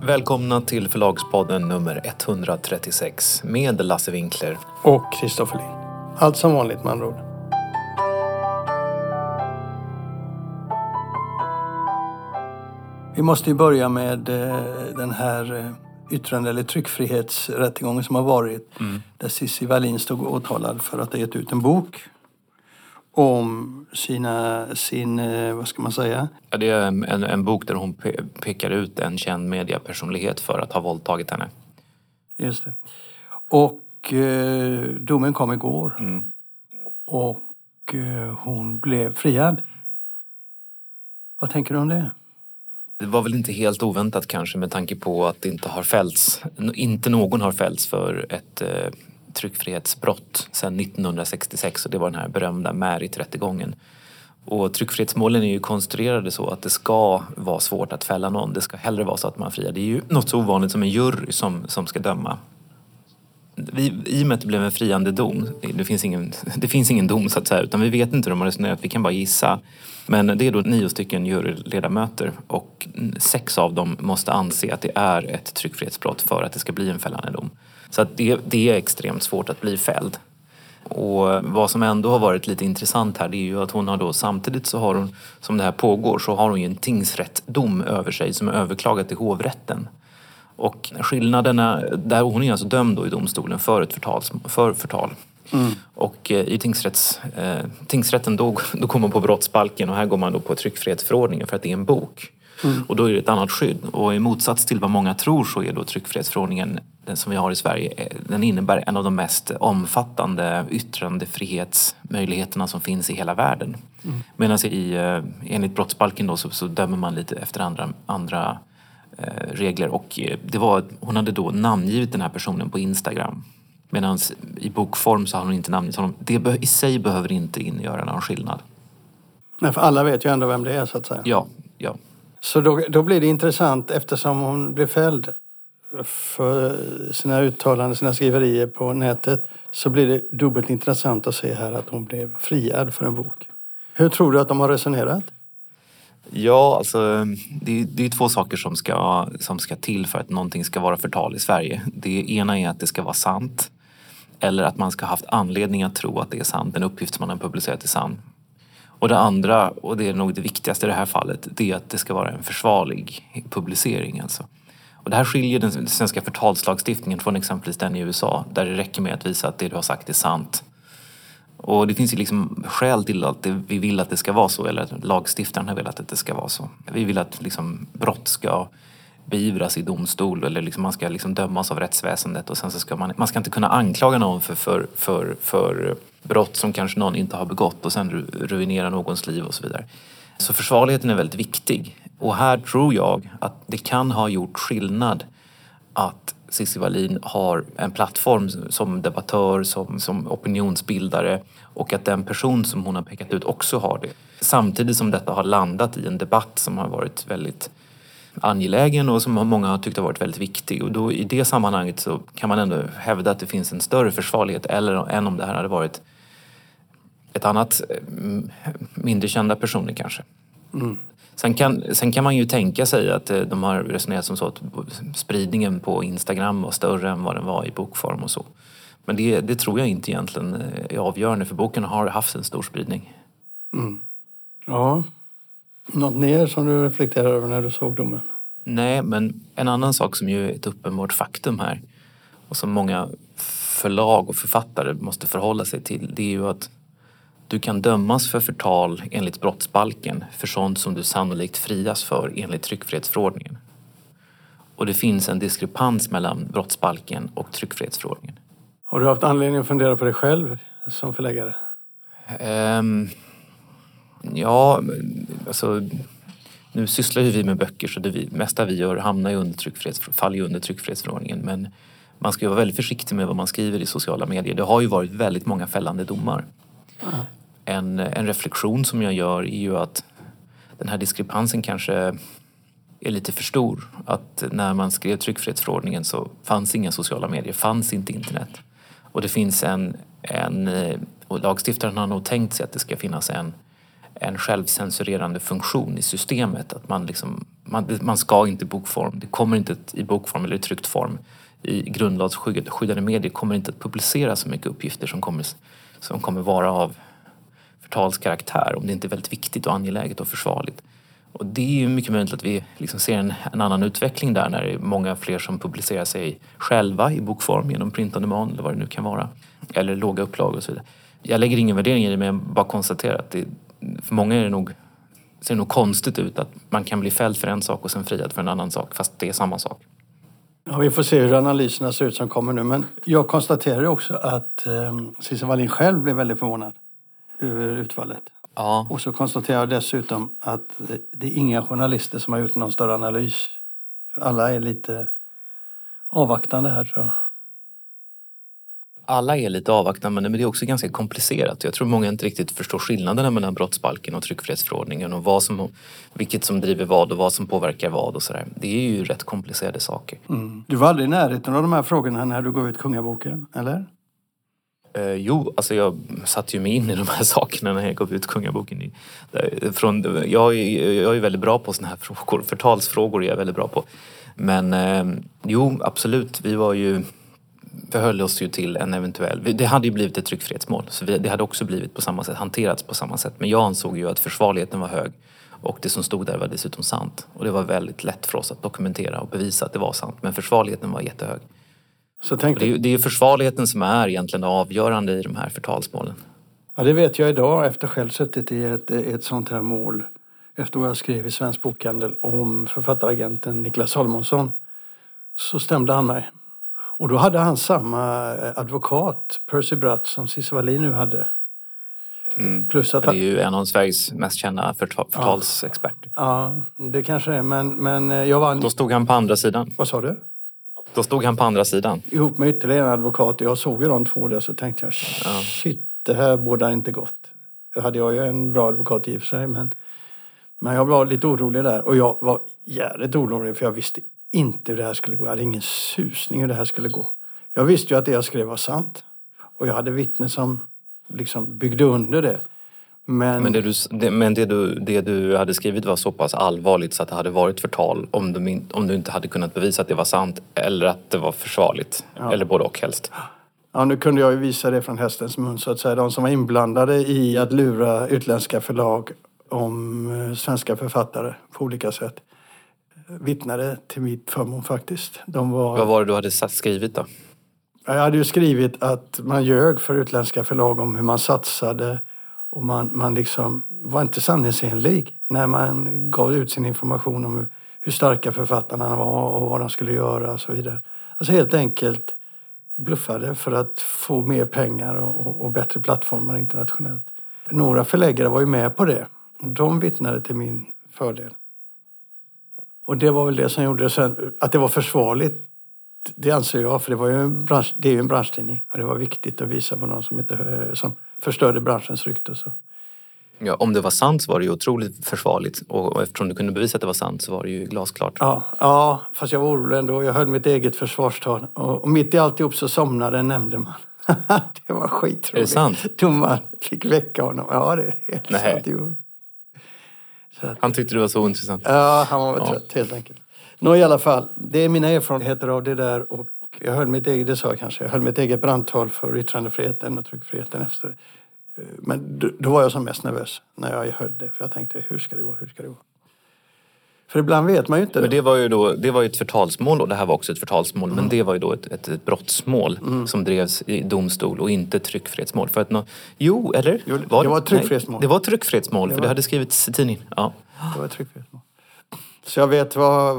Välkomna till Förlagspodden nummer 136 med Lasse Winkler och Kristoffer Lind. Allt som vanligt, man råd. Vi måste ju börja med den här yttrande- eller tryckfrihetsrättegången som har varit. Där Cissi Wallin stod åtalad för att ha gett ut en bok om vad ska man säga? Ja, det är en bok där hon pekar ut en känd mediepersonlighet för att ha våldtagit henne. Just det. Och domen kom igår. Och hon blev friad. Vad tänker du om det? Det var väl inte helt oväntat kanske med tanke på att det inte någon har fällts för ett tryckfrihetsbrott sedan 1966 och det var den här berömda Märit-rättegången. Och tryckfrihetsmålen är ju konstruerade så att det ska vara svårt att fälla någon. Det ska hellre vara så att man friar. Det är ju något så ovanligt som en jury som ska döma. I och med att det blev en friande dom, det finns ingen dom så att säga, utan vi vet inte hur de har resonerat, vi kan bara gissa. Men det är då 9 stycken juryledamöter och 6 av dem måste anse att det är ett tryckfrihetsbrott för att det ska bli en fällande dom. Så att det är extremt svårt att bli fälld. Och vad som ändå har varit lite intressant här, det är ju att hon har då samtidigt så har hon, som det här pågår, så har hon ju en tingsrättdom över sig som är överklagat till hovrätten. Och skillnaderna, där hon är alltså dömd då i domstolen för förtal. Och i tingsrätten då går man på brottsbalken och här går man då på tryckfrihetsförordningen för att det är en bok. Och då är det ett annat skydd. Och i motsats till vad många tror så är då tryckfrihetsförordningen, den som vi har i Sverige, den innebär en av de mest omfattande yttrandefrihetsmöjligheterna som finns i hela världen. Medan enligt brottsbalken då så dömer man lite efter andra regler och hon hade då namngivit den här personen på Instagram. Medan i bokform så har hon inte namngivit honom. Det i sig behöver inte ingöra någon skillnad. Nej, för alla vet ju ändå vem det är så att säga. Ja. Så då blir det intressant eftersom hon blev fälld för sina uttalanden, sina skriverier på nätet. Så blir det dubbelt intressant att se här att hon blev friad för en bok. Hur tror du att de har resonerat? Ja, alltså det är 2 saker som ska till för att någonting ska vara förtal i Sverige. Det ena är att det ska vara sant. Eller att man ska ha haft anledning att tro att det är sant. En uppgift som man har publicerat är sann. Och det andra, och det är nog det viktigaste i det här fallet, det är att det ska vara en försvarlig publicering. Alltså. Och det här skiljer den svenska förtalslagstiftningen från exempelvis den i USA. Där det räcker med att visa att det du har sagt är sant. Och det finns ju liksom skäl till att vi vill att det ska vara så, eller att lagstiftaren har velat att det ska vara så. Vi vill att liksom brott ska beivras i domstol, eller liksom man ska liksom dömas av rättsväsendet och sen så ska man ska inte kunna anklaga någon för brott som kanske någon inte har begått och sen ruinera någons liv och så vidare. Så försvarligheten är väldigt viktig. Och här tror jag att det kan ha gjort skillnad att Cissi Wallin har en plattform som debattör, som opinionsbildare och att den person som hon har pekat ut också har det. Samtidigt som detta har landat i en debatt som har varit väldigt angelägen och som många har tyckt har varit väldigt viktig. Och då i det sammanhanget så kan man ändå hävda att det finns en större försvarlighet än om det här hade varit ett annat mindre kända personer kanske. Sen kan man ju tänka sig att de har resonerat som så att spridningen på Instagram var större än vad den var i bokform och så. Men det tror jag inte egentligen är avgörande för boken har haft en stor spridning. Ja. Något mer som du reflekterar över när du såg domen? Nej, men en annan sak som ju är ett uppenbart faktum här och som många förlag och författare måste förhålla sig till, det är ju att du kan dömas för förtal enligt brottsbalken för sånt som du sannolikt frias för enligt tryckfrihetsförordningen. Och det finns en diskrepans mellan brottsbalken och tryckfrihetsförordningen. Har du haft anledning att fundera på dig själv som förläggare? Ja, alltså nu sysslar ju vi med böcker så det mesta vi gör hamnar ju faller ju under tryckfrihetsförordningen. Men man ska ju vara väldigt försiktig med vad man skriver i sociala medier. Det har ju varit väldigt många fällande domar. En reflektion som jag gör är ju att den här diskrepansen kanske är lite för stor. Att när man skrev tryckfrihetsförordningen så fanns inga sociala medier, fanns inte internet. Och det finns och lagstiftaren har nog tänkt sig att det ska finnas en självcensurerande funktion i systemet. Att man ska inte i bokform, det kommer inte i bokform eller i tryckt form. I grundlagsskyddade medier kommer inte att publicera så mycket uppgifter som kommer vara av förtalskaraktär om det inte är väldigt viktigt och angeläget och försvarligt. Och det är ju mycket möjligt att vi liksom ser en annan utveckling där när det är många fler som publicerar sig själva i bokform genom printande man eller vad det nu kan vara. Eller låga upplagor och så vidare. Jag lägger ingen värdering i det, men jag bara konstaterar att för många ser det nog konstigt ut att man kan bli fälld för en sak och sen friad för en annan sak, fast det är samma sak. Ja, vi får se hur analyserna ser ut som kommer nu, men jag konstaterar också att Cissi Wallin själv blev väldigt förvånad över utfallet. Ja. Och så konstaterar jag dessutom att det är inga journalister som har gjort någon större analys. Alla är lite avvaktande här, tror jag. Alla är lite avvaktande, men det är också ganska komplicerat. Jag tror många inte riktigt förstår skillnaderna mellan brottsbalken och tryckfrihetsförordningen och vilket som driver vad och vad som påverkar vad och sådär. Det är ju rätt komplicerade saker. Mm. Du var aldrig i närheten av de här frågorna när du gav ut Kungaboken, eller? Jo, alltså jag satt ju mig in i de här sakerna när jag gav ut Kungaboken. Jag är väldigt bra på såna här frågor. Förtalsfrågor är jag väldigt bra på. Men jo, absolut. Vi förhöll oss ju till en eventuell... Det hade ju blivit ett tryckfrihetsmål. Så det hade också blivit på samma sätt, hanterats på samma sätt. Men jag ansåg ju att försvarligheten var hög. Och det som stod där var dessutom sant. Och det var väldigt lätt för oss att dokumentera och bevisa att det var sant. Men försvarligheten var jättehög. Så det är ju försvarligheten som är egentligen avgörande i de här förtalsmålen. Ja, det vet jag idag efter själv suttit i ett sånt här mål. Efter vad jag skrev i Svensk Bokhandel om författaragenten Niklas Salomonsson, så stämde han mig. Och då hade han samma advokat, Percy Bratt, som Cissi Wallin nu hade. Mm. Plus att det är ju en av Sveriges mest kända förtalsexperter. Ja, det kanske är, men jag vann... Då stod han på andra sidan. Vad sa du? Då stod han på andra sidan. Ihop med ytterligare en advokat. Jag såg ju de två där, så tänkte jag, shit, det här bådar inte gott. Jag hade ju en bra advokat i och för sig, men jag var lite orolig där. Och jag var jävligt orolig, för jag visste inte hur det här skulle gå. Jag hade ingen susning hur det här skulle gå. Jag visste ju att det jag skrev var sant. Och jag hade vittnen som liksom byggde under det. Men det du hade skrivit var så pass allvarligt så att det hade varit förtal om du inte hade kunnat bevisa att det var sant eller att det var försvarligt. Ja. Eller både och helst. Ja, nu kunde jag ju visa det från hästens mun, så att säga. De som var inblandade i att lura utländska förlag om svenska författare på olika sätt vittnade till mitt förmån faktiskt. Vad var det du hade skrivit då? Jag hade ju skrivit att man ljög för utländska förlag om hur man satsade, och man liksom var inte sanningsenlig när man gav ut sin information om hur starka författarna var och vad de skulle göra och så vidare. Alltså helt enkelt bluffade för att få mer pengar och bättre plattformar internationellt. Några förläggare var ju med på det. De vittnade till min fördel. Och det var väl det som gjorde sen, att det var försvarligt. Det anser jag, för det är ju en branschtidning. Och det var viktigt att visa på någon som förstörde branschens rykte. Så. Ja, om det var sant så var det ju otroligt försvarligt. Och eftersom du kunde bevisa att det var sant så var det ju glasklart. Ja, fast jag var orolig ändå. Jag höll mitt eget försvarstal. Och mitt i alltihop så somnade en nämndeman. Det var skitroligt. Är det sant? Domaren fick väcka honom. Ja, det är helt sant. Jo. Han tyckte det var så ointressant. Ja, han var trött helt enkelt. Nå, i alla fall, det är mina erfarenheter av det där, och jag höll mitt eget, det sa jag kanske, jag höll mitt eget brandtal för yttrandefriheten och tryckfriheten efter. Men då var jag som mest nervös när jag hörde det, för jag tänkte, hur ska det gå? För ibland vet man ju inte. Men det var ju ett förtalsmål, och det här var också ett förtalsmål, men det var ju då ett brottsmål som drevs i domstol och inte tryckfrihetsmål. För att eller? Jo, det var ett tryckfrihetsmål. Det var ett tryckfrihetsmål, för det hade skrivits i tidningen. Ja. Det var ett tryckfrihetsmål. Så jag vet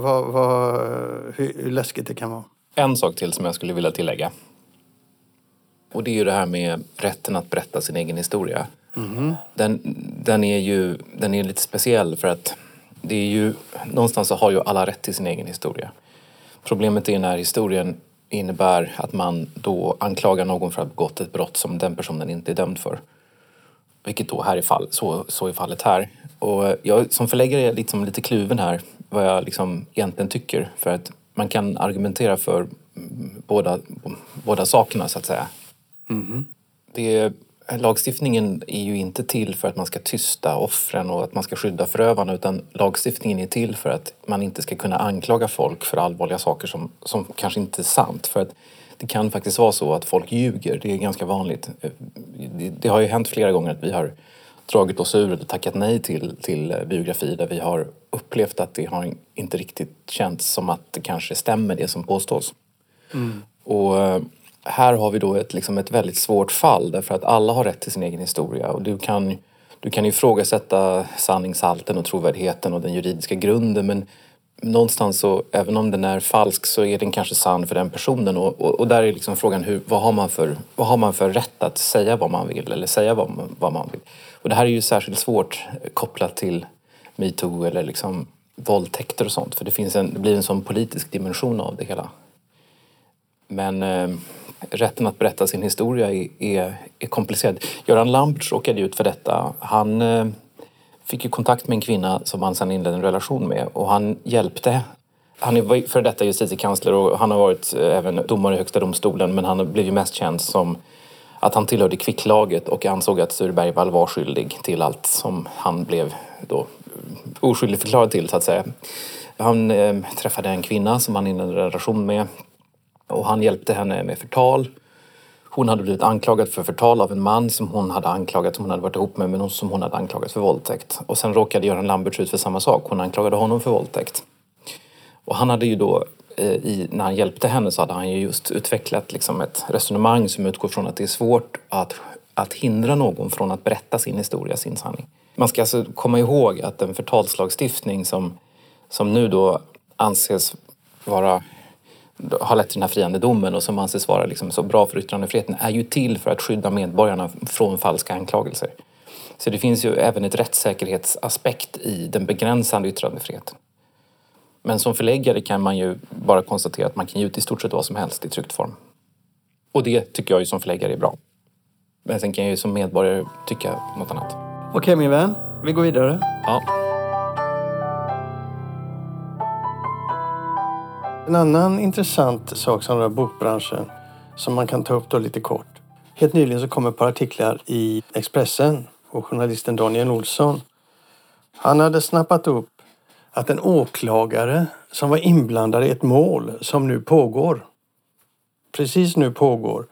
hur läskigt det kan vara. En sak till som jag skulle vilja tillägga. Och det är ju det här med rätten att berätta sin egen historia. Mm. Den är lite speciell, för att det är ju, någonstans så har ju alla rätt till sin egen historia. Problemet är när historien innebär att man då anklagar någon för att ha begått ett brott som den personen inte är dömd för. Vilket då här är så är fallet här. Och jag som förläggare är liksom lite kluven här vad jag liksom egentligen tycker. För att man kan argumentera för båda sakerna, så att säga. Mm. lagstiftningen är ju inte till för att man ska tysta offren och att man ska skydda förövarna, utan lagstiftningen är till för att man inte ska kunna anklaga folk för allvarliga saker som kanske inte är sant. För att det kan faktiskt vara så att folk ljuger, det är ganska vanligt. Det har ju hänt flera gånger att vi har dragit oss ur och tackat nej till biografi där vi har upplevt att det har inte riktigt känts som att det kanske stämmer det som påstås. Och här har vi då ett väldigt svårt fall därför att alla har rätt till sin egen historia och du kan ifrågasätta sanningshalten och trovärdigheten och den juridiska grunden, men någonstans så, även om den är falsk, så är den kanske sann för den personen och där är liksom frågan vad har man för rätt att säga vad man vill eller säga vad man vill. Och det här är ju särskilt svårt kopplat till MeToo eller liksom våldtäkter och sånt, för det blir en sån politisk dimension av det hela. Men rätten att berätta sin historia är komplicerad. Göran Lambertz råkade ut för detta. Han fick ju kontakt med en kvinna som han sedan inledde en relation med och han hjälpte. Han är för detta justitiekansler och han har varit även domare i högsta domstolen, men han blev ju mest känd som att han tillhörde kvicklaget och ansåg att Sture Bergvall var skyldig till allt som han blev då oskyldig förklarad till, så att säga. Han träffade en kvinna som han inledde en relation med och han hjälpte henne med förtal. Hon hade blivit anklagad för förtal av en man som hon hade varit ihop med, men som hon hade anklagat för våldtäkt. Och sen råkade Göran Lambertz ut för samma sak. Hon anklagade honom för våldtäkt. Och han hade ju då, när han hjälpte henne så hade han ju just utvecklat liksom ett resonemang som utgår från att det är svårt att hindra någon från att berätta sin historia, sin sanning. Man ska alltså komma ihåg att en förtalslagstiftning som nu då anses har lett till den här friande domen och som anses vara liksom så bra för yttrandefriheten är ju till för att skydda medborgarna från falska anklagelser. Så det finns ju även ett rättssäkerhetsaspekt i den begränsande yttrandefriheten. Men som förläggare kan man ju bara konstatera att man kan ge ut i stort sett vad som helst i tryckt form. Och det tycker jag ju som förläggare är bra. Men sen kan jag ju som medborgare tycka något annat. Okej, min vän, vi går vidare. Ja. En annan intressant sak som rör bokbranschen som man kan ta upp då lite kort. Helt nyligen så kom ett par artiklar i Expressen och journalisten Daniel Olsson. Han hade snappat upp att en åklagare som var inblandad i ett mål som nu pågår, precis nu pågår,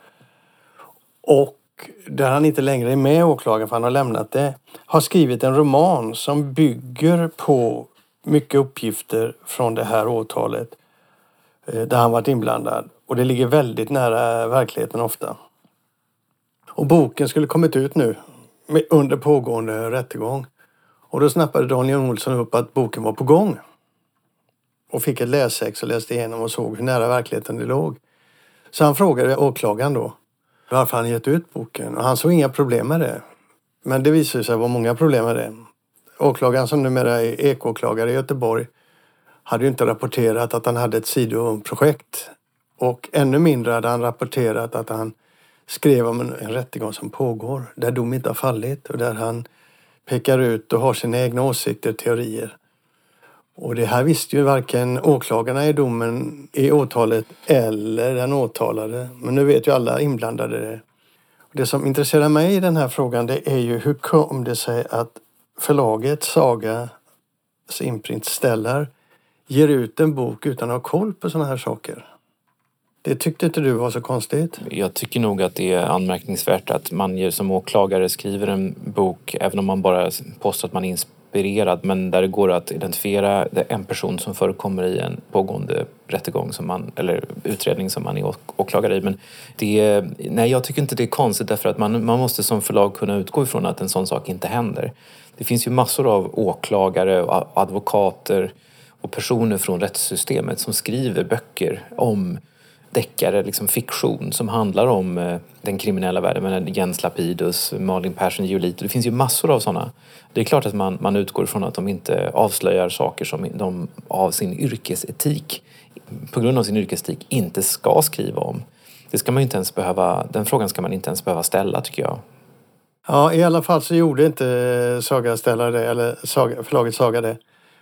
och där han inte längre är med åklagaren för han har lämnat det, har skrivit en roman som bygger på mycket uppgifter från det här åtalet där han varit inblandad. Och det ligger väldigt nära verkligheten ofta. Och boken skulle kommit ut nu under pågående rättegång. Och då snappade Daniel Olsson upp att boken var på gång. Och fick ett läsex och läste igenom och såg hur nära verkligheten det låg. Så han frågade åklagaren då varför han gett ut boken. Och han såg inga problem med det. Men det visade sig vara många problem med det. Åklagaren som numera är ekåklagare i Göteborg hade ju inte rapporterat att han hade ett sidoprojekt. Och ännu mindre hade han rapporterat att han skrev om en rättegång som pågår. Där dom inte har fallit och där han pekar ut och har sina egna åsikter och teorier. Och det här visste ju varken åklagarna i domen i åtalet eller den åtalade. Men nu vet ju alla inblandade det. Det som intresserar mig i den här frågan det är ju hur kom det sig att förlaget Saga, alltså Imprint Stellar, ger ut en bok utan att ha koll på sådana här saker. Det tyckte inte du var så konstigt? Jag tycker nog att det är anmärkningsvärt att man som åklagare skriver en bok, även om man bara påstår att man är inspirerad, men där det går att identifiera en person som förekommer i en pågående rättegång eller utredning som man är åklagare i. Men jag tycker inte det är konstigt därför att man måste som förlag kunna utgå ifrån att en sån sak inte händer. Det finns ju massor av åklagare och advokater och personer från rättssystemet som skriver böcker om deckare, liksom fiktion som handlar om den kriminella världen. Men Jens Lapidus, Malin Persson Giolito, det finns ju massor av sådana. Det är klart att man utgår från att de inte avslöjar saker som de av sin yrkesetik, på grund av sin yrkesetik, inte ska skriva om. Den frågan ska man inte ens behöva ställa, tycker jag. Ja, i alla fall så gjorde inte Saga ställa det, eller förlaget Saga det.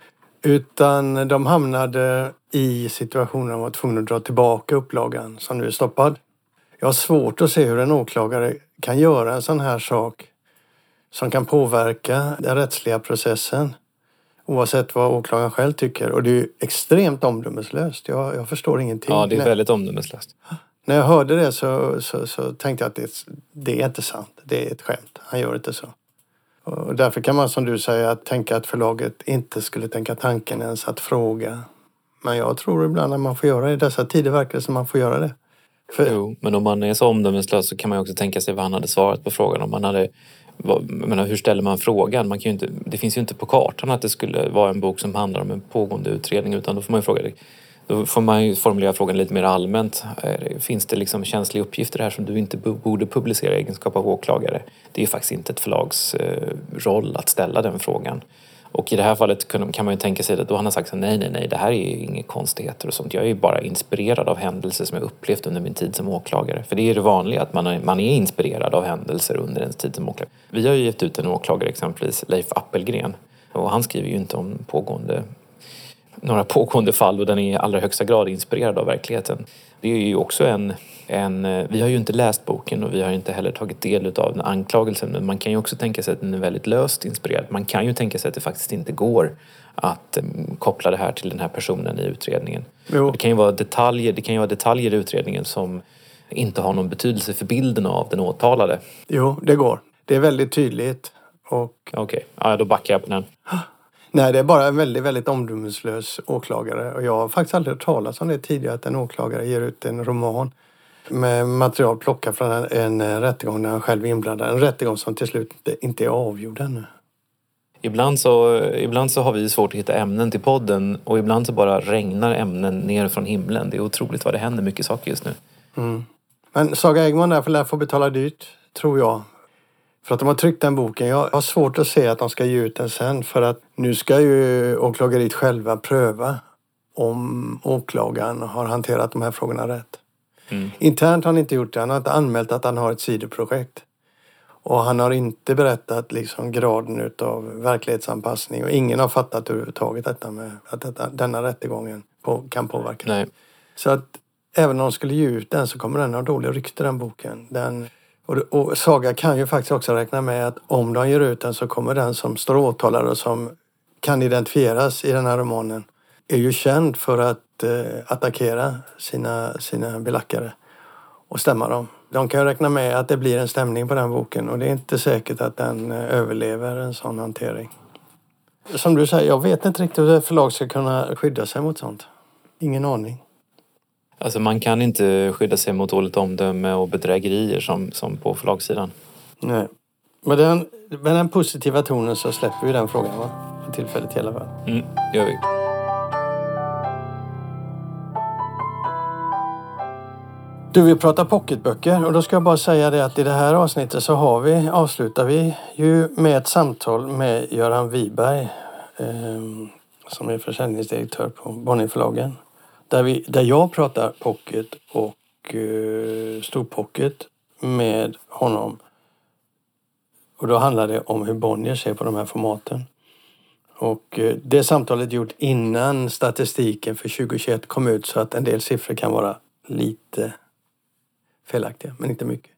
Utan de hamnade i situationen där de var tvungna att dra tillbaka upplagan som nu är stoppad. Jag har svårt att se hur en åklagare kan göra en sån här sak som kan påverka den rättsliga processen oavsett vad åklagaren själv tycker. Och det är ju extremt omdömeslöst. Jag förstår ingenting. Ja, det är väldigt omdömeslöst. När jag hörde det så tänkte jag att det är inte sant. Det är ett skämt. Han gör inte så. Och därför kan man, som du säger, tänka att förlaget inte skulle tänka tanken ens att fråga. Men jag tror ibland att man får göra det. I dessa tider verkar det som man får göra det. Jo, men om man är så omdömeslös så kan man ju också tänka sig vad han hade svarat på frågan. Om man hade, hur ställer man frågan? Man kan ju inte, det finns ju inte på kartan att det skulle vara en bok som handlar om en pågående utredning, utan då får man ju fråga det. Då får man ju formulera frågan lite mer allmänt. Finns det liksom känsliga uppgifter här som du inte borde publicera i egenskap av åklagare? Det är ju faktiskt inte ett förlags roll att ställa den frågan. Och i det här fallet kan man ju tänka sig att då han har sagt så nej, det här är ju inga konstigheter och sånt. Jag är ju bara inspirerad av händelser som jag upplevt under min tid som åklagare. För det är det vanliga att man är inspirerad av händelser under ens tid som åklagare. Vi har ju gett ut en åklagare, exempelvis Leif Appelgren. Och han skriver ju inte om några pågående fall, och den är i allra högsta grad inspirerad av verkligheten. Det är ju också vi har ju inte läst boken och vi har inte heller tagit del av den anklagelsen, men man kan ju också tänka sig att den är väldigt löst inspirerad. Man kan ju tänka sig att det faktiskt inte går att koppla det här till den här personen i utredningen. Det kan ju vara detaljer i utredningen som inte har någon betydelse för bilden av den åtalade. Jo, det går. Det är väldigt tydligt. Okej. Ja, då backar jag på den. Nej, det är bara en väldigt, väldigt omdömeslös åklagare. Och jag har faktiskt aldrig hört talas om det tidigare, att en åklagare ger ut en roman med material plockat från en rättegång där han själv är inblandad. En rättegång som till slut inte är avgjord ännu. Ibland så har vi svårt att hitta ämnen till podden, och ibland så bara regnar ämnen ner från himlen. Det är otroligt vad det händer mycket saker just nu. Mm. Men Saga Egmont därför lär få betala dyrt, tror jag. För att de har tryckt den boken. Jag har svårt att se att de ska ge ut den sen. För att nu ska ju åklageriet själva pröva om åklagaren har hanterat de här frågorna rätt. Mm. Internt har han inte gjort det. Han har inte anmält att han har ett sidoprojekt. Och han har inte berättat liksom graden utav verklighetsanpassning. Och ingen har fattat överhuvudtaget detta med att denna rättegången kan påverka. Nej. Så att även om de skulle ge ut den så kommer den ha dålig rykte, den boken. Och Saga kan ju faktiskt också räkna med att om de ger ut den så kommer den som står åtalad och som kan identifieras i den här romanen är ju känd för att attackera sina belackare och stämma dem. De kan ju räkna med att det blir en stämning på den boken, och det är inte säkert att den överlever en sån hantering. Som du säger, jag vet inte riktigt hur ett förlag ska kunna skydda sig mot sånt. Ingen aning. Alltså man kan inte skydda sig mot dåligt omdöme och bedrägerier som på förlagssidan. Nej. Med den positiva tonen så släpper vi den frågan, va? För tillfället i alla fall. Gör vi. Du vill prata pocketböcker, och då ska jag bara säga det att i det här avsnittet så avslutar vi ju med ett samtal med Göran Wiberg som är försäljningsdirektör på Bonnierförlagen. Där jag pratar pocket och storpocket med honom. Och då handlar det om hur Bonnier ser på de här formaten. Och det samtalet gjort innan statistiken för 2021 kom ut, så att en del siffror kan vara lite felaktiga, men inte mycket.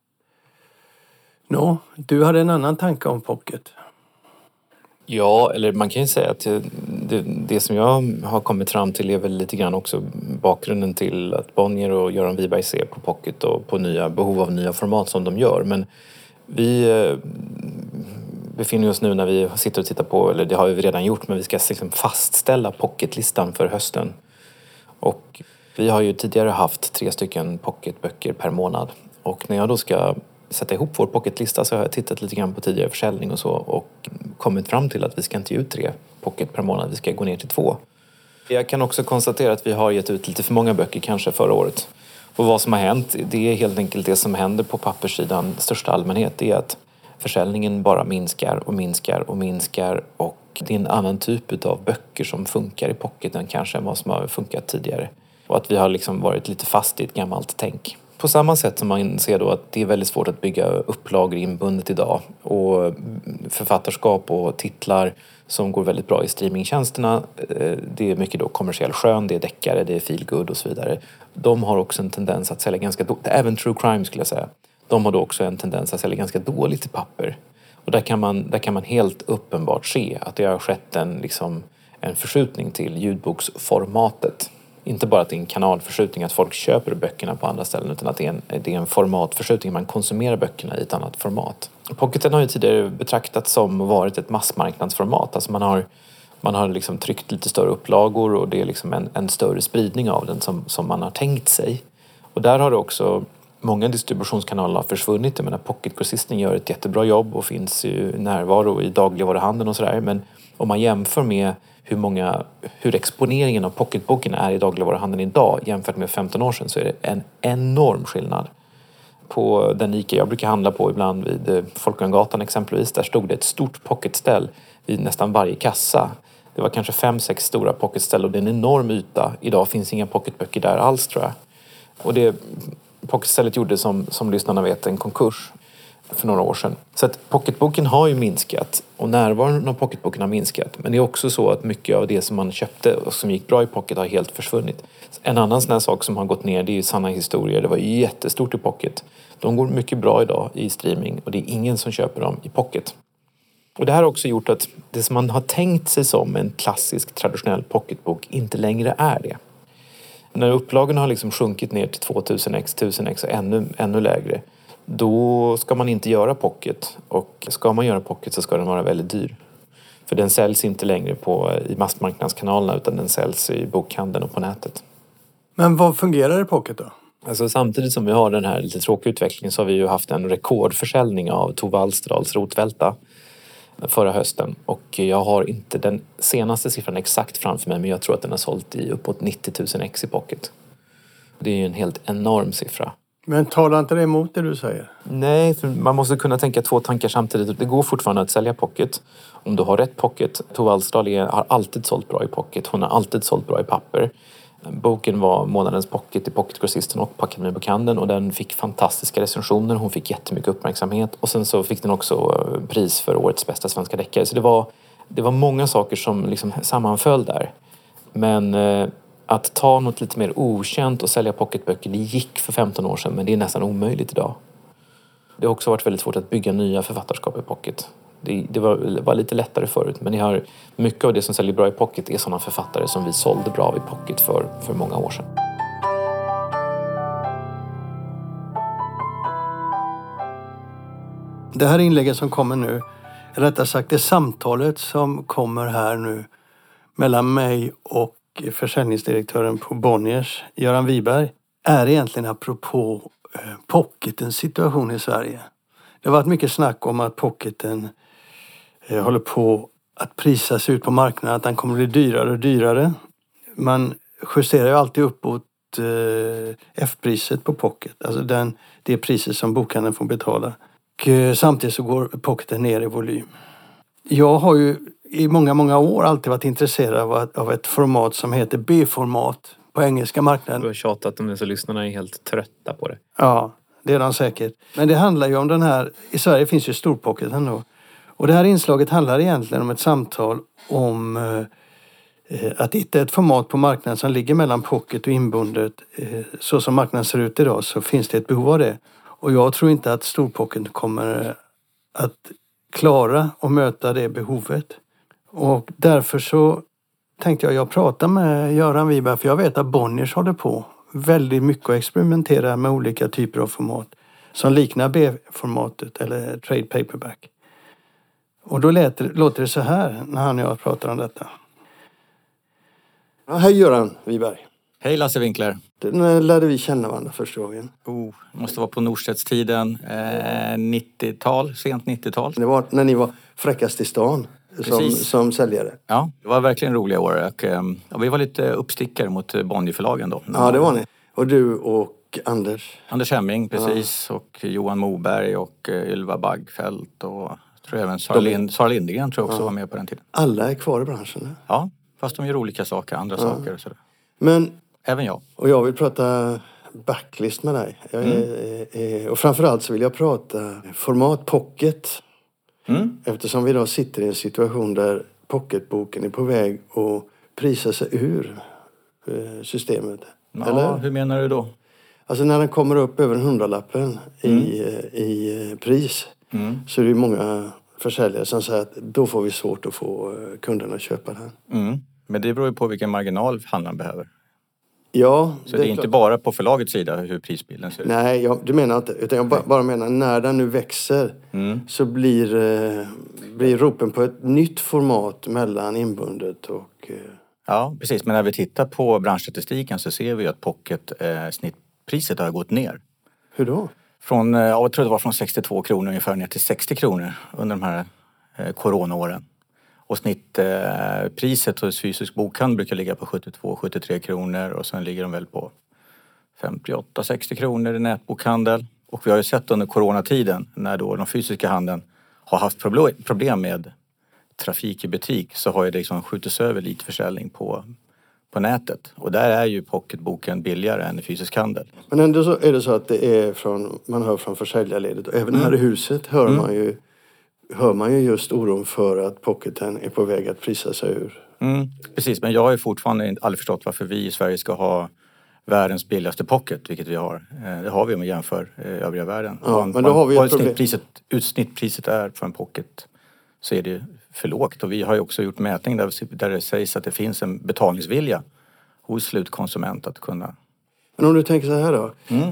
Du hade en annan tanke om pocket. Ja, eller man kan ju säga att det som jag har kommit fram till är väl lite grann också bakgrunden till att Bonnier och Göran Wiberg ser på pocket och på behov av nya format som de gör. Men vi befinner oss nu när vi sitter och tittar på, eller det har vi redan gjort, men vi ska liksom fastställa pocketlistan för hösten. Och vi har ju tidigare haft 3 stycken pocketböcker per månad. Och när jag då ska sätta ihop vår pocketlista så har jag tittat lite grann på tidigare försäljning och så, och kommit fram till att vi ska inte ge ut 3 pocket per månad, vi ska gå ner till 2. Jag kan också konstatera att vi har gett ut lite för många böcker kanske förra året. Och vad som har hänt, det är helt enkelt det som händer på papperssidan i största allmänhet, det är att försäljningen bara minskar och minskar och minskar, och det är en annan typ av böcker som funkar i pocketen kanske än vad som har funkat tidigare. Och att vi har liksom varit lite fast i ett gammalt tänk. På samma sätt som man ser då att det är väldigt svårt att bygga upplagor inbundet idag. Och författarskap och titlar som går väldigt bra i streamingtjänsterna. Det är mycket då kommersiell skön, det är deckare, det är feelgood och så vidare. De har också en tendens att sälja ganska dåligt. Även true crime skulle jag säga. de har då också en tendens att sälja ganska dåligt i papper. Och där kan man helt uppenbart se att det har skett en förskjutning till ljudboksformatet. Inte bara att det är en kanalförskjutning, att folk köper böckerna på andra ställen, utan att det är en formatförskjutning. Man konsumerar böckerna i ett annat format. Pocketen har ju tidigare betraktats som varit ett massmarknadsformat. Alltså man har tryckt lite större upplagor och det är en större spridning av den som man har tänkt sig. Och där har det också många distributionskanaler försvunnit. Jag menar, pocketgrossisten gör ett jättebra jobb och finns ju närvaro i dagligvaruhandeln och sådär. Men om man jämför med hur exponeringen av pocketboken är i dagligvaruhandeln idag jämfört med 15 år sedan, så är det en enorm skillnad. På den Ica jag brukar handla på ibland vid Folkungagatan exempelvis, där stod det ett stort pocketställ vid nästan varje kassa. Det var kanske 5-6 stora pocketställ och det är en enorm yta. Idag finns inga pocketböcker där alls, tror jag. Och det pocketstället gjorde, som lyssnarna vet, en konkurs för några år sedan. Så att pocketboken har ju minskat och närvaron av pocketboken har minskat. Men det är också så att mycket av det som man köpte och som gick bra i pocket har helt försvunnit. En annan sån här sak som har gått ner, det är ju Sanna historier. Det var ju jättestort i pocket. De går mycket bra idag i streaming och det är ingen som köper dem i pocket. Och det här har också gjort att det som man har tänkt sig som en klassisk traditionell pocketbok inte längre är det. När upplagorna har sjunkit ner till 2000x, 1000x och ännu lägre, då ska man inte göra pocket. Och ska man göra pocket så ska den vara väldigt dyr. För den säljs inte längre i massmarknadskanalerna, utan den säljs i bokhandeln och på nätet. Men vad fungerar i pocket då? Alltså samtidigt som vi har den här lite tråkiga utvecklingen så har vi ju haft en rekordförsäljning av Tove Alsterdals Rotvälta förra hösten. Och jag har inte den senaste siffran exakt framför mig, men jag tror att den har sålt i uppåt 90 000 ex i pocket. Det är ju en helt enorm siffra. Men talar inte det emot det du säger? Nej, för man måste kunna tänka 2 tankar samtidigt. Det går fortfarande att sälja pocket. Om du har rätt pocket. Tove Alsterdal har alltid sålt bra i pocket. Hon har alltid sålt bra i papper. Boken var månadens pocket i Pocketgrossisten och på Akademibokhandeln och den fick fantastiska recensioner. Hon fick jättemycket uppmärksamhet och sen så fick den också pris för årets bästa svenska deckare. Så det var många saker som sammanföll där. Men att ta något lite mer okänt och sälja pocketböcker, det gick för 15 år sedan, men det är nästan omöjligt idag. Det har också varit väldigt svårt att bygga nya författarskap i pocket. Det var lite lättare förut, men mycket av det som säljer bra i pocket är sådana författare som vi sålde bra i pocket för många år sedan. Det här inlägget som kommer nu, rättare sagt det samtalet som kommer här nu mellan mig och försäljningsdirektören på Bonniers, Göran Wiberg, är egentligen apropå pocketens situation i Sverige. Det har varit mycket snack om att pocketen håller på att prisas ut på marknaden, att den kommer att bli dyrare och dyrare. Man justerar ju alltid uppåt F-priset på pocket, alltså det priset som bokhandeln får betala. Och samtidigt så går pocketen ner i volym. Jag har ju i många år alltid varit intresserad av ett format som heter B-format på engelska marknaden. Du har tjatat om det så lyssnarna är helt trötta på det. Ja, det är de säkert. Men det handlar ju om den här, i Sverige finns ju storpocketen då. Och det här inslaget handlar egentligen om ett samtal om att hitta ett format på marknaden som ligger mellan pocket och inbundet. Så som marknaden ser ut idag så finns det ett behov av det. Och jag tror inte att storpocket kommer att klara och möta det behovet. Och därför så tänkte jag prata med Göran Wiberg, för jag vet att Bonniers håller på väldigt mycket och experimenterar med olika typer av format som liknar B-formatet eller trade paperback. Och då låter det så här när han och jag pratar om detta. Ja, hej Göran Wiberg. Hej Lasse Winkler. När lärde vi känna varandra första gången? Det måste vara på Norstedtstiden, 90-tal, sent 90-tal. Det var när ni var fräckast i stan som säljare. Ja, det var verkligen roliga år och vi var lite uppstickare mot Bonnierförlagen då. Ja, det var ni. Och du och Anders? Anders Hemming, precis. Ja. Och Johan Moberg och Ylva Bagfält och tror även Sara Lindgren tror jag också var med på den tiden. Alla är kvar i branschen nu? Ja, fast de gör olika saker, andra saker och sådär. Men även jag. Och jag vill prata backlist med dig. Och framförallt så vill jag prata format pocket. Eftersom vi idag sitter i en situation där pocketboken är på väg att prisa sig ur systemet. Ja, eller? Hur menar du då? Alltså när den kommer upp över 100-lappen i pris så är det många försäljare som säger att då får vi svårt att få kunderna att köpa den. Men det beror ju på vilken marginal handlaren behöver. Ja, så det är inte bara på förlagets sida hur prisbilden ser ut? Nej, du menar inte. Utan jag bara menar när den nu växer så blir ropen på ett nytt format mellan inbundet och... Ja, precis. Men när vi tittar på branschstatistiken så ser vi att pocket snittpriset har gått ner. Hur då? Jag tror det var från 62 kronor ungefär ner till 60 kronor under de här coronaåren. Och snittpriset hos fysisk bokhandel brukar ligga på 72-73 kronor och sen ligger de väl på 58-60 kronor i nätbokhandel. Och vi har ju sett under coronatiden när då de fysiska handeln har haft problem med trafik i butik så har ju det liksom skjutits över lite försäljning på nätet. Och där är ju pocketboken billigare än i fysisk handel. Men ändå så är det så att det är man hör från försäljarledet och även här i huset hör man ju just oron för att pocketen är på väg att prisa sig ur. Precis, men jag har ju fortfarande aldrig förstått varför vi i Sverige ska ha världens billigaste pocket, vilket vi har. Det har vi om vi jämför övriga världen. Ja, men då har vi ett problem. Snittpriset är för en pocket så är det för lågt. Och vi har ju också gjort mätning där det sägs att det finns en betalningsvilja hos slutkonsument att kunna... Men om du tänker så här då.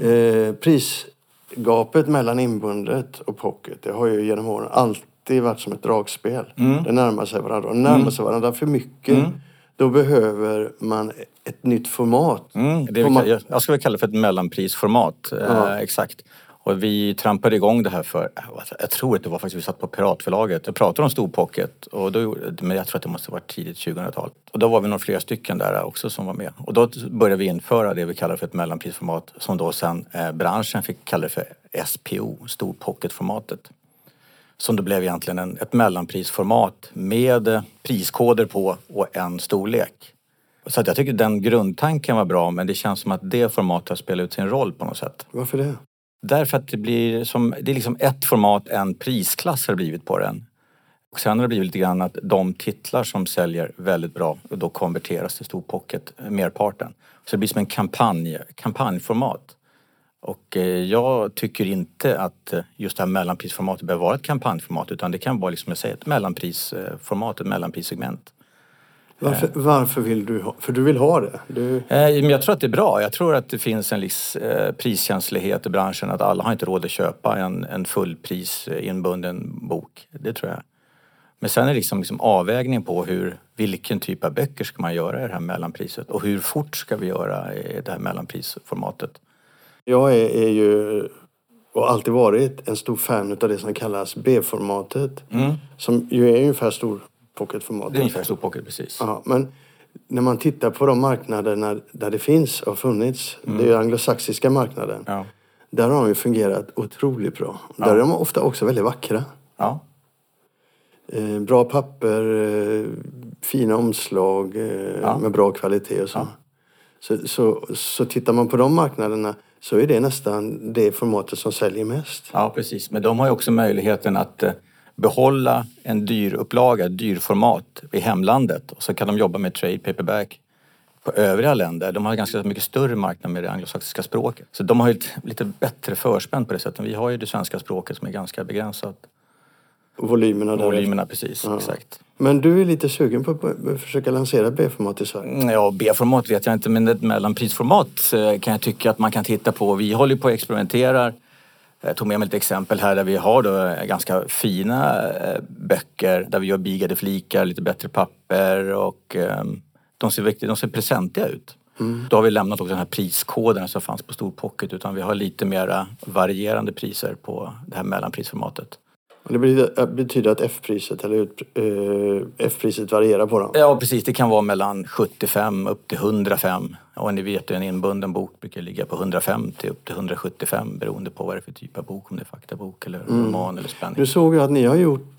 Prisgapet mellan inbundet och pocket, det har ju genom åren alltid varit som ett dragspel. Det närmar sig varandra. Och närmar sig varandra för mycket. Då behöver man ett nytt format. Jag skulle kalla det för ett mellanprisformat. Exakt. Och vi trampade igång det här jag tror att det var faktiskt vi satt på Piratförlaget. Jag pratade om storpocket, men jag tror att det måste ha varit tidigt 2000-tal. Och då var vi några flera stycken där också som var med. Och då började vi införa det vi kallar för ett mellanprisformat som då sen branschen fick kalla det för SPO, storpocketformatet. Som då blev egentligen ett mellanprisformat med priskoder på och en storlek. Så att jag tycker den grundtanken var bra, men det känns som att det formatet har spelat ut sin roll på något sätt. Varför det? Därför att det är liksom ett format, en prisklass har blivit på den. Och sen har det blivit lite grann att de titlar som säljer väldigt bra då konverteras till storpocket, merparten. Så det blir som en kampanjformat. Och jag tycker inte att just det här mellanprisformatet behöver vara ett kampanjformat, utan det kan vara liksom jag säger, ett mellanprisformat, ett mellanprissegment. Varför vill du ha? För du vill ha det? Men jag tror att det är bra. Jag tror att det finns en priskänslighet i branschen. Att alla har inte råd att köpa en fullpris inbunden bok. Det tror jag. Men sen är det liksom avvägning på vilken typ av böcker ska man göra i det här mellanpriset. Och hur fort ska vi göra i det här mellanprisformatet. Jag är ju och alltid varit en stor fan av det som kallas B-formatet. Som ju är ungefär stor pocketformatet. Det är ungefär stor pocket, precis. Ja, men när man tittar på de marknaderna där det finns och funnits, det är ju anglosaxiska marknaden. Ja. Där har de ju fungerat otroligt bra. Ja. Där är de ofta också väldigt vackra. Ja. Bra papper, fina omslag med bra kvalitet och så. Ja. Så tittar man på de marknaderna så är det nästan det formatet som säljer mest. Ja, precis. Men de har ju också möjligheten att behålla en dyrformat i hemlandet. Och så kan de jobba med trade paperback på övriga länder. De har ganska mycket större marknad med det anglosaxiska språket. Så de har ju lite bättre förspänn på det sättet. Vi har ju det svenska språket som är ganska begränsat. Volymerna precis, ja. Exakt. Men du är lite sugen på att försöka lansera B-format i Sverige? Ja, B-format vet jag inte, men ett mellanprisformat kan jag tycka att man kan titta på. Vi håller på att experimentera. Jag tog med mig ett exempel här där vi har då ganska fina böcker där vi gör bigade flikar, lite bättre papper och de ser presentiga ut. Då har vi lämnat också den här priskoden som fanns på storpocket, utan vi har lite mera varierande priser på det här mellanprisformatet. Det betyder att F-priset varierar på dem? Ja, precis. Det kan vara mellan 75 upp till 105. Och ni vet ju en inbunden bok brukar ligga på 150 upp till 175 beroende på vad det är för typ av bok. Om det är faktabok eller roman eller spänning. Nu såg jag att ni har gjort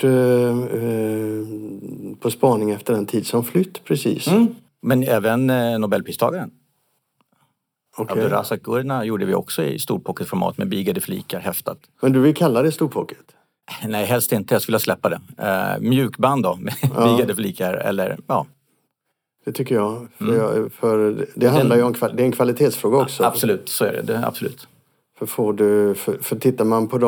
på spaning efter en tid som flytt precis. Men även Nobelpristagaren. Okay. Abdulrazak Gurnah gjorde vi också i storpocketformat med bigade flikar häftat. Men du vill kalla det storpocket? Nej, helst inte. Jag skulle släppa det. Mjukband då, med bigade flikar eller ja. Det tycker jag. För det handlar ju om det är en kvalitetsfråga också. Absolut, så är det. Absolut. För tittar man på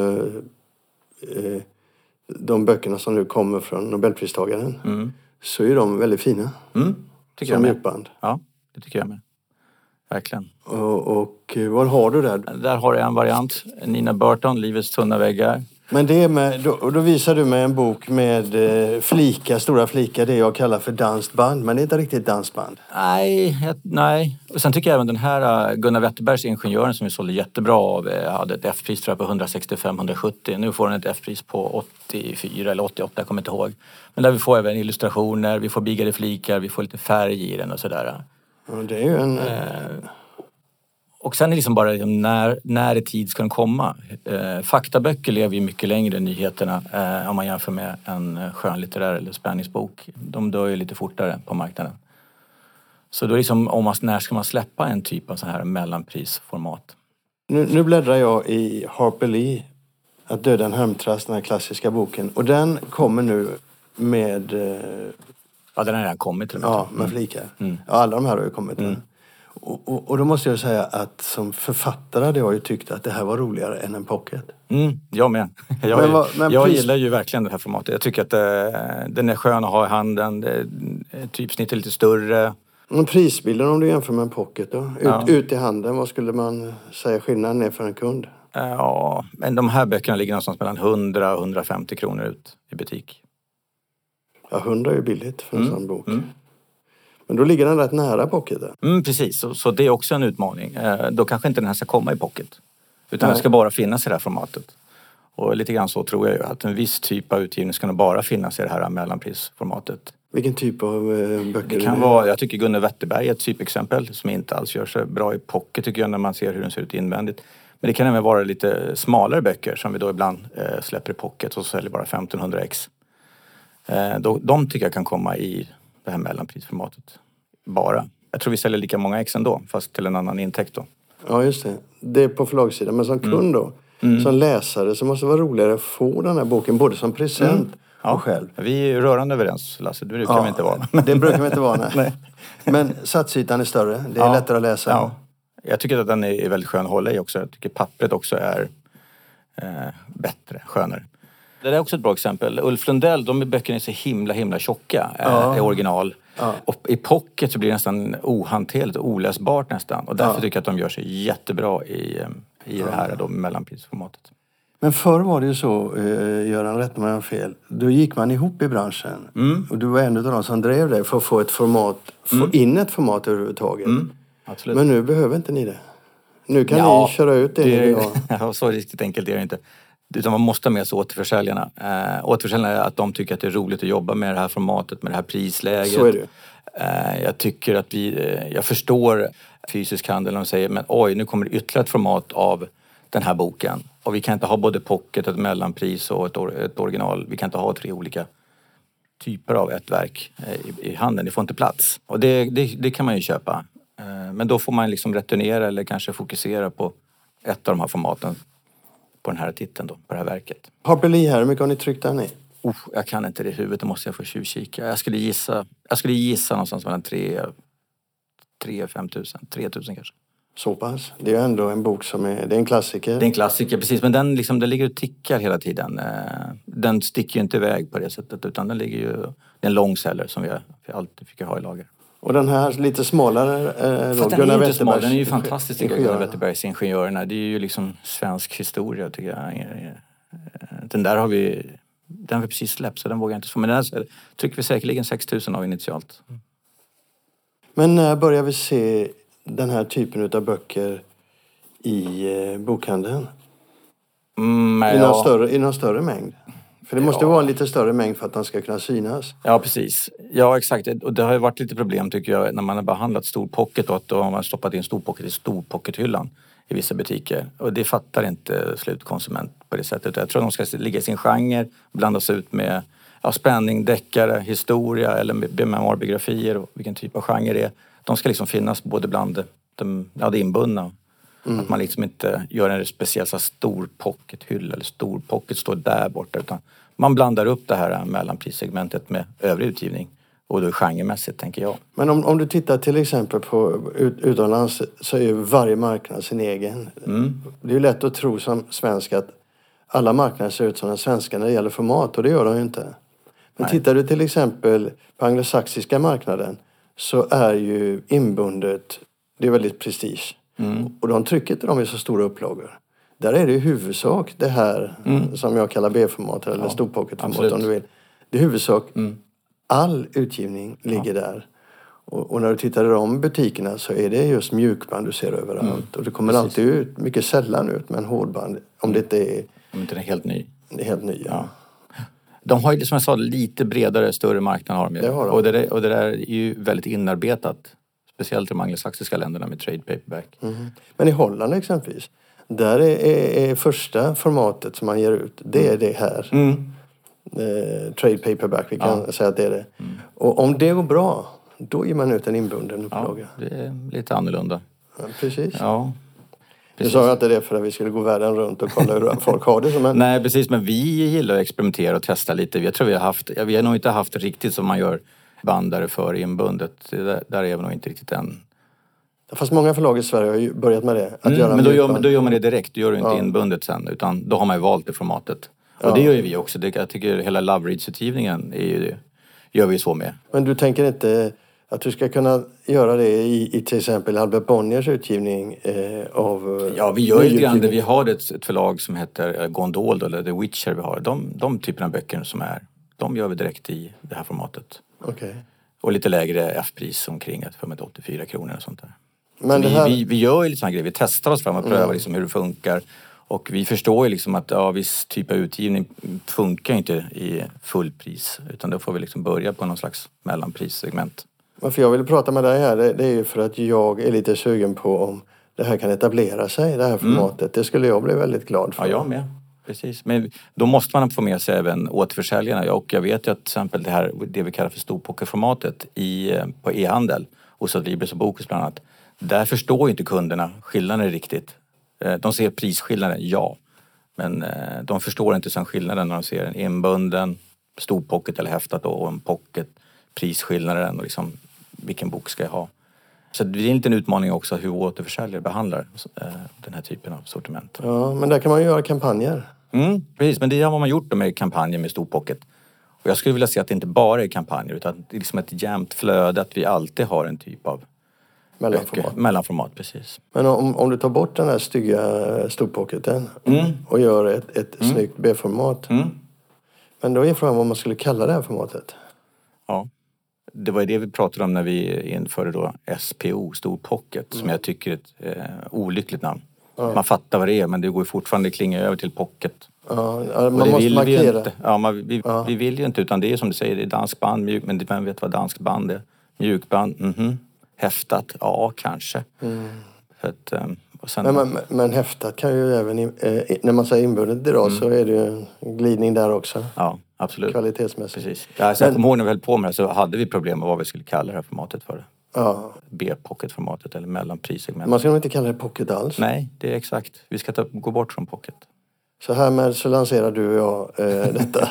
de böckerna som nu kommer från Nobelpristagaren så är de väldigt fina. Tycker som jag djupband. Ja, det tycker jag med. Verkligen. Och vad har du där? Där har jag en variant. Nina Burton, Livets tunna väggar. Men det är med, då visar du mig en bok med stora flikar, det jag kallar för dansband. Men det är inte riktigt dansband. Nej. Och sen tycker jag även den här Gunnar Wetterbergs Ingenjören som vi sålde jättebra av hade ett F-pris tror jag på 165-170. Nu får den ett F-pris på 84 eller 88, jag kommer inte ihåg. Men där vi får även illustrationer, vi får bigade flikar, vi får lite färg i den och sådär. Ja, det är ju en... Och sen är det liksom bara när i tid ska den komma. Faktaböcker lever ju mycket längre än nyheterna om man jämför med en skönlitterär eller spänningsbok. De dör ju lite fortare på marknaden. Så då är det liksom, när ska man släppa en typ av så här mellanprisformat? Nu bläddrar jag i Harper Lee, Att döda en hemtrast, den här klassiska boken. Och den kommer nu med... Ja, den har redan kommit. Ja, med flikar. Ja, alla de här har ju kommit. Och då måste jag säga att som författare hade jag ju tyckt att det här var roligare än en pocket. Jag med. Jag gillar ju verkligen det här formatet. Jag tycker att den är skön att ha i handen. Typsnitt är lite större. Men prisbilden om du jämför med en pocket då? Ut i handen, vad skulle man säga skillnaden är för en kund? Ja, men de här böckerna ligger någonstans mellan 100 och 150 kronor ut i butik. Ja, 100 är ju billigt för en sån bok. Men då ligger den rätt nära pocketen. Precis, så det är också en utmaning. Då kanske inte den här ska komma i pocket. Utan den ska bara finnas i det här formatet. Och lite grann så tror jag ju att en viss typ av utgivning ska nog bara finnas i det här mellanprisformatet. Vilken typ av böcker? Det kan vara, jag tycker Gunnar Wetterberg är ett typexempel som inte alls gör så bra i pocket tycker jag när man ser hur den ser ut invändigt. Men det kan även vara lite smalare böcker som vi då ibland släpper i pocket och så säljer bara 1500 ex. De tycker jag kan komma i det här mellanprisformatet. Bara. Jag tror vi säljer lika många ex ändå, fast till en annan intäkt då. Ja, just det. Det är på förlagssidan. Men som kund då, som läsare, så måste det vara roligare att få den här boken både som present och själv. Vi är rörande överens, Lasse. Det brukar vi inte vara. Det brukar vi inte vara, nej. Men satsytan är större. Det är lättare att läsa. Ja. Jag tycker att den är väldigt skön att hålla i också. Jag tycker pappret också är bättre, skönare. Det är också ett bra exempel. Ulf Lundell, de böckerna är så himla tjocka i original. Ja. Och i pocket så blir det nästan ohanterligt och oläsbart nästan. Och därför tycker jag att de gör sig jättebra i det här då, mellanprisformatet. Men förr var det ju så, Göran, rätt med fel. Då gick man ihop i branschen. Och du var en av de som drev det för att få ett format, få in ett format överhuvudtaget. Absolut. Men nu behöver inte ni det. Nu kan ni köra ut det. Ja, så riktigt enkelt är det inte. Utan man måste ha med sig återförsäljarna. Återförsäljarna, att de tycker att det är roligt att jobba med det här formatet, med det här prisläget. Så är det. Jag tycker att jag förstår fysisk handel när de säger, men oj, nu kommer det ytterligare ett format av den här boken. Och vi kan inte ha både pocket, ett mellanpris och ett original. Vi kan inte ha 3 olika typer av ett verk i handeln. Det får inte plats. Och det kan man ju köpa. Men då får man liksom returnera eller kanske fokusera på ett av de här formaten. På den här titeln då, på det här verket. Harper Lee här, hur mycket har ni tryckt den i? Jag kan inte det i huvudet, då måste jag få tjuvkika. Jag skulle gissa någonstans mellan 3-5 tusen, 3 000 kanske. Så pass? Det är ändå en bok som det är en klassiker. Det är en klassiker, precis. Men den ligger och tickar hela tiden. Den sticker ju inte iväg på det sättet, utan den ligger ju... Det är en långseller som vi alltid fick ha i lager. Och den här lite smalare Gunnar Wetterbergs. Den är ju fantastisk, Gunnar Wetterbergs Ingenjörerna. Det är ju liksom svensk historia tycker jag. Den där har vi precis släppt så den vågar jag inte få. Men den här trycker vi säkerligen 6 000 av initialt. Men när börjar vi se den här typen av böcker i bokhandeln? I någon större mängd? För det måste vara en lite större mängd för att den ska kunna synas. Ja, precis. Ja, exakt. Och det har ju varit lite problem tycker jag när man har behandlat stor pocket och att då har man stoppat in stor pocket i stor pockethyllan i vissa butiker. Och det fattar inte slutkonsument på det sättet. Jag tror att de ska ligga i sin genre, blandas ut med spänning, deckare, historia eller memoarbiografier och vilken typ av genre det är. De ska liksom finnas både bland det inbundna. Att man liksom inte gör en speciell så stor pockethylla eller stor pocket står där borta utan man blandar upp det här mellanprissegmentet med övrig utgivning Och då genremässigt tänker jag. Men om du tittar till exempel på utomlands så är ju varje marknad sin egen. Det är ju lätt att tro som svensk att alla marknader ser ut som den svenska när det gäller format och det gör de ju inte. Men tittar du till exempel på anglosaxiska marknaden så är ju inbundet, det är väldigt prestige. Och de trycker inte dem i så stora upplagor. Där är det i huvudsak det här som jag kallar B-format eller storpocketformat om du vill. Det är huvudsak all utgivning ligger där. Och när du tittar i de butikerna så är det just mjukband du ser överallt. Och det kommer alltid ut, mycket sällan ut med en hårdband. Om det inte är... Om inte den är helt ny. Det är helt ny, ja. De har ju, som jag sa, lite bredare, större marknad har de ju. Det har de. Och det där är ju väldigt inarbetat. Speciellt i de anglosaxiska länderna med trade paperback. Men i Holland exempelvis, där är första formatet som man ger ut, det är det här. Trade paperback, vi kan säga att det är det. Och om det går bra, då ger man ut en inbunden upplaga. Ja, det är lite annorlunda. Ja, precis. Ja. Du sa inte det för att vi skulle gå världen runt och kolla hur folk har det. Som en... Nej, precis. Men vi gillar att experimentera och testa lite. Jag tror vi har nog inte haft riktigt som man gör bandare för inbundet. Där är vi nog inte riktigt än. Fast många förlag i Sverige har ju börjat med det. Men då gör man det direkt. Du gör det inte inbundet sen. Utan då har man ju valt det formatet. Och det gör ju vi också. Jag tycker hela Love Reads-utgivningen gör vi så med. Men du tänker inte att du ska kunna göra det i till exempel Albert Bonniers utgivning av... Ja, vi gör ju grann det. Vi har ett förlag som heter Gondol eller The Witcher vi har. De typerna av böcker som de gör vi direkt i det här formatet. Okay. Och lite lägre F-pris omkring för 84 kronor och sånt där. Men vi gör ju lite sådana grejer. Vi testar oss fram och prövar liksom hur det funkar. Och vi förstår ju liksom att viss typ av utgivning funkar inte i fullpris. Utan då får vi liksom börja på någon slags mellanprissegment. Varför jag vill prata med dig här, det är ju för att jag är lite sugen på om det här kan etablera sig, det här formatet. Det skulle jag bli väldigt glad för. Ja, jag med. Precis. Men då måste man få med sig även återförsäljarna. Och jag vet ju att till exempel det vi kallar för storpokerformatet på e-handel hos Adlibris och Bokus bland annat. Där förstår ju inte kunderna skillnaden riktigt. De ser prisskillnaden, ja. Men de förstår inte sen skillnaden när de ser en inbunden storpocket eller häftat och en pocket. Prisskillnaden och liksom vilken bok ska jag ha. Så det är en liten utmaning också hur återförsäljare behandlar den här typen av sortiment. Ja, men där kan man ju göra kampanjer. Precis, men det har man gjort med kampanjer med storpocket. Och jag skulle vilja se att det inte bara är kampanjer utan det är liksom ett jämnt flöde att vi alltid har en typ av mellanformat, precis. Men om du tar bort den här stygga storpocketen och gör ett snyggt B-format. Men då är frågan vad man skulle kalla det här formatet. Ja, det var det vi pratade om när vi införde då SPO, Stor Pocket, som jag tycker är ett olyckligt namn. Man fattar vad det är, men det går fortfarande klinga över till pocket. Ja, man måste markera. Vi vill ju inte, utan det är som du säger, det är danskband, men vem vet vad danskband är? Mjukband, häftat, ja kanske. För att, och sen, men häftat kan ju även, när man säger inbundet idag så är det ju en glidning där också. Ja, absolut. Kvalitetsmässigt. Precis. Ja, så jag kommer ihåg när vi höll på med det så hade vi problem med vad vi skulle kalla det här formatet för. Ja. B-pocket-formatet eller mellanprissegment. Man ska nog inte kalla det pocket alls. Nej, det är exakt. Vi ska gå bort från pocket. Så härmed så lanserar du och jag detta.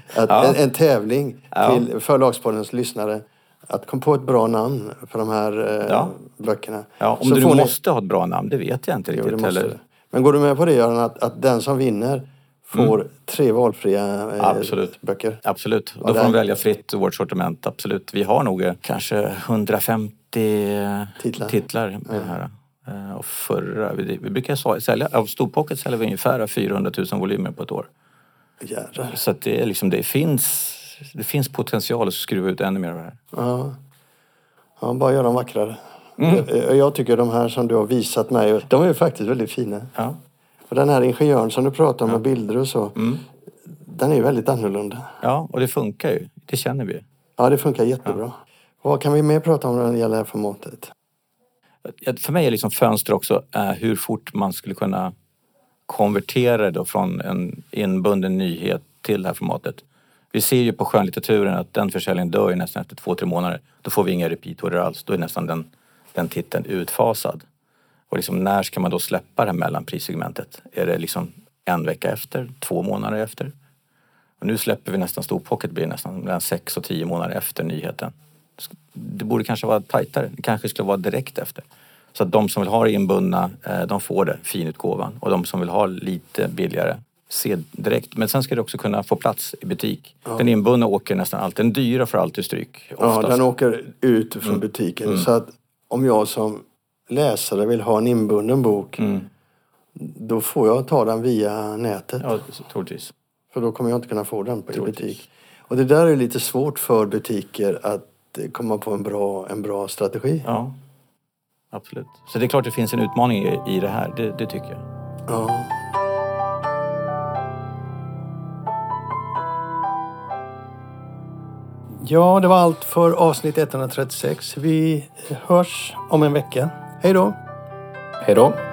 En tävling till Förlagspoddens lyssnare. Att komma på ett bra namn för de här böckerna. Ja, om du måste ha ett bra namn, det vet jag inte riktigt. Eller... Men går du med på det, Göran, att den som vinner får 3 valfria böcker? Absolut. Och då får de välja fritt vårt sortiment. Absolut. Vi har nog kanske 150 titlar med det här. Och vi brukar sälja, av Storpocket säljer vi ungefär 400 000 volymer på ett år. Jävlar. Så att det är liksom, det finns potential att skruva ut ännu mer av det här. Ja, bara göra dem vackrare. Jag tycker de här som du har visat mig, de är ju faktiskt väldigt fina. Ja. Och den här ingenjören som du pratar om med bilder och så, den är ju väldigt annorlunda. Ja, och det funkar ju. Det känner vi. Ja, det funkar jättebra. Ja. Vad kan vi mer prata om när det gäller det här formatet? För mig är liksom fönster också hur fort man skulle kunna konvertera då från en inbunden nyhet till det här formatet. Vi ser ju på skönlitteraturen att den försäljningen dör ju nästan efter 2-3 månader. Då får vi inga repeat order alls. Då är nästan den titeln utfasad. Och liksom, när ska man då släppa det här mellanprissegmentet? Är det liksom 1 vecka efter? 2 månader efter? Och nu släpper vi nästan Storpocket, blir nästan mellan 6 och 10 månader efter nyheten. Det borde kanske vara tajtare. Det kanske skulle vara direkt efter. Så att de som vill ha det inbundna, de får det, finutgåvan. Och de som vill ha lite billigare, se direkt. Men sen ska det också kunna få plats i butik. Ja. Den inbundna åker nästan alltid. Den dyra får alltid stryk. Oftast. Ja, den åker ut från butiken. Så att om jag som läsare vill ha en inbunden bok, då får jag ta den via nätet. Ja, troligtvis. För då kommer jag inte kunna få den i butik. Och det där är lite svårt för butiker att komma på en bra strategi. Ja, absolut. Så det är klart det finns en utmaning i det här, det tycker jag. Ja. Ja, det var allt för avsnitt 136. Vi hörs om en vecka. Hej då! Hej då!